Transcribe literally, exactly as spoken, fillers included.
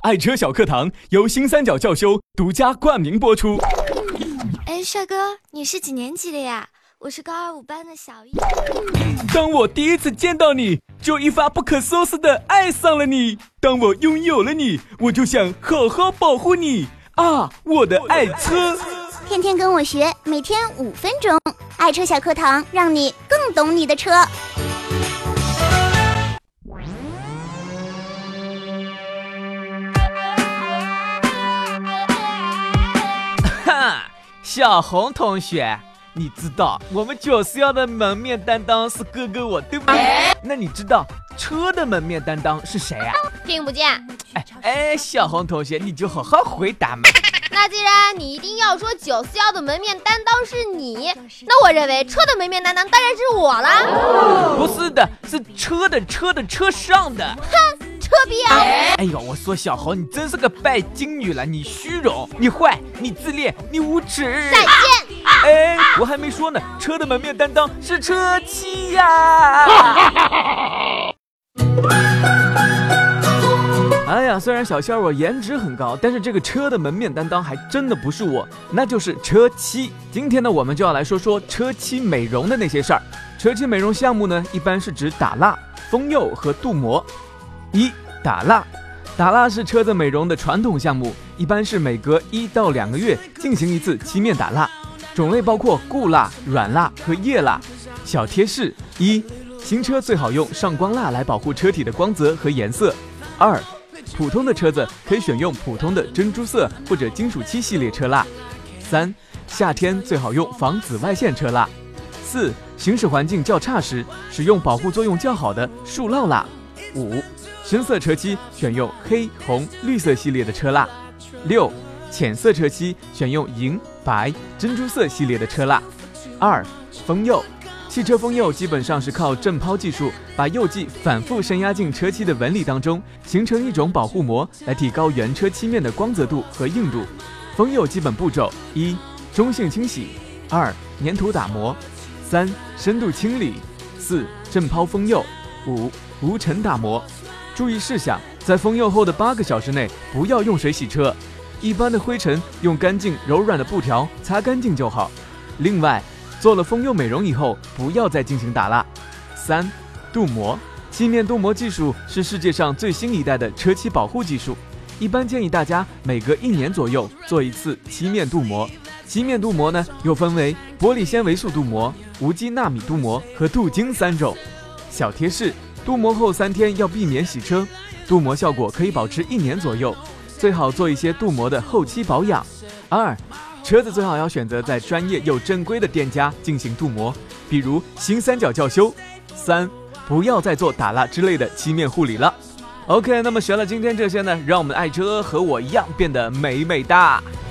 爱车小课堂由新三角教修独家冠名播出。 哎，帅哥，你是几年级的呀？我是高二五班的小一。 当我第一次见到你，就一发不可收拾的爱上了你。当我拥有了你，我就想好好保护你啊，我的爱车。 天天跟我学，每天五分钟，爱车小课堂，让你更懂你的车。 哈，小红同学，你知道我们九四幺的门面担当是哥哥我，对不对？那你知道车的门面担当是谁啊？ 听不见。 哎哎，小红同学，你就好好回答嘛。 那既然你一定要说九四幺的门面担当是你，那我认为车的门面担当当然是我啦。 不是的，是车的车的车上的。 哼，车逼啊！ 哎呦，我说小红，你真是个拜金女了，你虚荣，你坏，你自恋，你无耻。 再见。 哎，我还没说呢，车的门面担当是车漆呀。哎呀，虽然小仙儿我颜值很高，但是这个车的门面担当还真的不是我，那就是车漆。今天呢，我们就要来说说车漆美容的那些事儿。车漆美容项目呢，一般是指打蜡、封釉和镀膜。一、打蜡。打蜡是车子美容的传统项目，一般是每隔一到两个月进行一次漆面打蜡，种类包括固蜡、软蜡和液蜡。小贴士：一、新车最好用上光蜡来保护车体的光泽和颜色。二、普通的车子可以选用普通的珍珠色或者金属漆系列车蜡。三、夏天最好用防紫外线车蜡。四、行驶环境较差时，使用保护作用较好的树烙蜡。五、深色车漆选用黑、红、绿色系列的车蜡。六、浅色车漆选用银、白、珍珠色系列的车蜡。二、封釉。汽车封釉基本上是靠震抛技术，把釉剂反复深压进车漆的纹理当中，形成一种保护膜，来提高原车漆面的光泽度和硬度。封釉基本步骤：一、中性清洗；二、粘土打磨；三、深度清理；四、震抛封釉；五、无尘打磨。注意事项：在封釉后的八个小时内，不要用水洗车，一般的灰尘用干净柔软的布条擦干净就好。另外，做了封釉美容以后，不要再进行打蜡。三、镀膜。漆面镀膜技术是世界上最新一代的车漆保护技术，一般建议大家每隔一年左右做一次漆面镀膜。漆面镀膜呢，又分为玻璃纤维素镀膜、无机纳米镀膜和镀金三种。小贴士：镀膜后三天要避免洗车，镀膜效果可以保持一年左右，最好做一些镀膜的后期保养。二、车子最好要选择在专业又正规的店家进行镀膜，比如新三角教修。三、不要再做打蜡之类的漆面护理了。OK， 那么学了今天这些呢，让我们的爱车和我一样变得美美哒。